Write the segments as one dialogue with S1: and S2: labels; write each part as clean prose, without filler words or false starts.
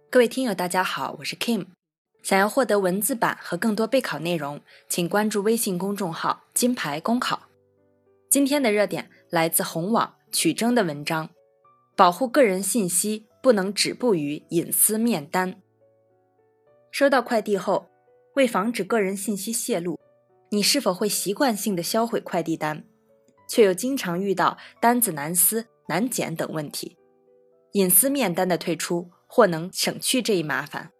S1: 各位听友大家好，我是 Kim。 想要获得文字版和更多备考内容，请关注微信公众号金牌公考。今天的热点来自红网曲征的文章，保护个人信息不能止步于隐私面单。收到快递后，为防止个人信息泄露，你是否会习惯性的销毁快递单，却又经常遇到单子难撕难捡等问题？隐私面单的退出或能省去这一麻烦。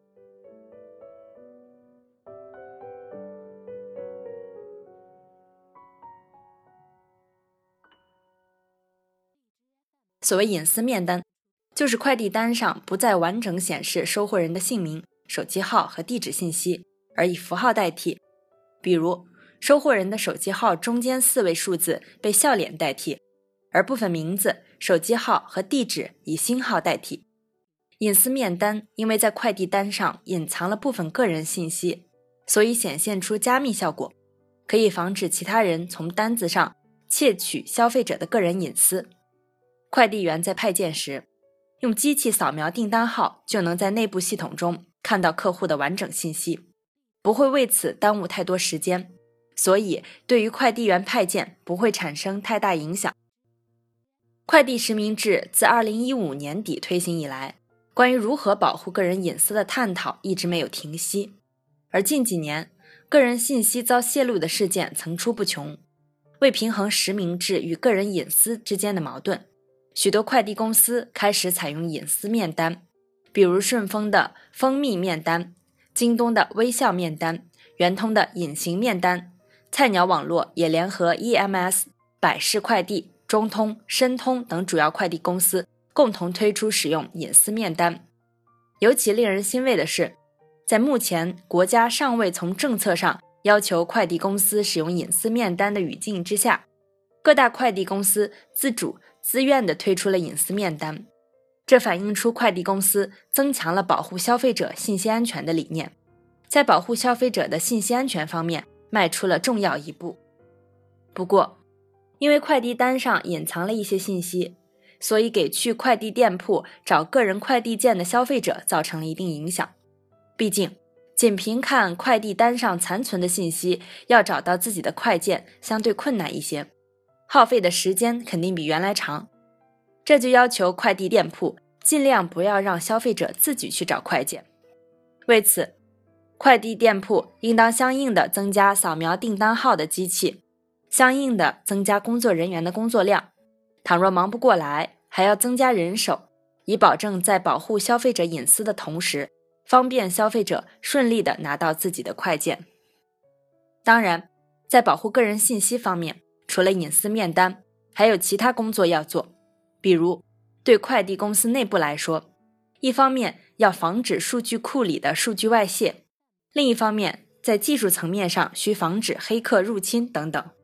S1: 所谓隐私面单，就是快递单上不再完整显示收货人的姓名、手机号和地址信息，而以符号代替。比如，收货人的手机号中间4位数字被笑脸代替，而部分名字、手机号和地址以星号代替。隐私面单因为在快递单上隐藏了部分个人信息，所以显现出加密效果，可以防止其他人从单子上窃取消费者的个人隐私。快递员在派件时，用机器扫描订单号就能在内部系统中看到客户的完整信息，不会为此耽误太多时间，所以对于快递员派件不会产生太大影响。快递实名制自2015年底推行以来，关于如何保护个人隐私的探讨一直没有停息，而近几年，个人信息遭泄露的事件层出不穷。为平衡实名制与个人隐私之间的矛盾，许多快递公司开始采用隐私面单，比如顺丰的蜂蜜面单、京东的微笑面单、圆通的隐形面单，菜鸟网络也联合 EMS、百世快递、中通、申通等主要快递公司共同推出使用隐私面单。尤其令人欣慰的是，在目前国家尚未从政策上要求快递公司使用隐私面单的语境之下，各大快递公司自主自愿地推出了隐私面单，这反映出快递公司增强了保护消费者信息安全的理念，在保护消费者的信息安全方面迈出了重要一步。不过，因为快递单上隐藏了一些信息，所以给去快递店铺找个人快递件的消费者造成了一定影响。毕竟，仅凭看快递单上残存的信息，要找到自己的快件相对困难一些，耗费的时间肯定比原来长。这就要求快递店铺尽量不要让消费者自己去找快件。为此，快递店铺应当相应的增加扫描订单号的机器，相应的增加工作人员的工作量，倘若忙不过来，还要增加人手，以保证在保护消费者隐私的同时，方便消费者顺利地拿到自己的快件。当然，在保护个人信息方面，除了隐私面单，还有其他工作要做。比如，对快递公司内部来说，一方面要防止数据库里的数据外泄，另一方面在技术层面上需防止黑客入侵等等。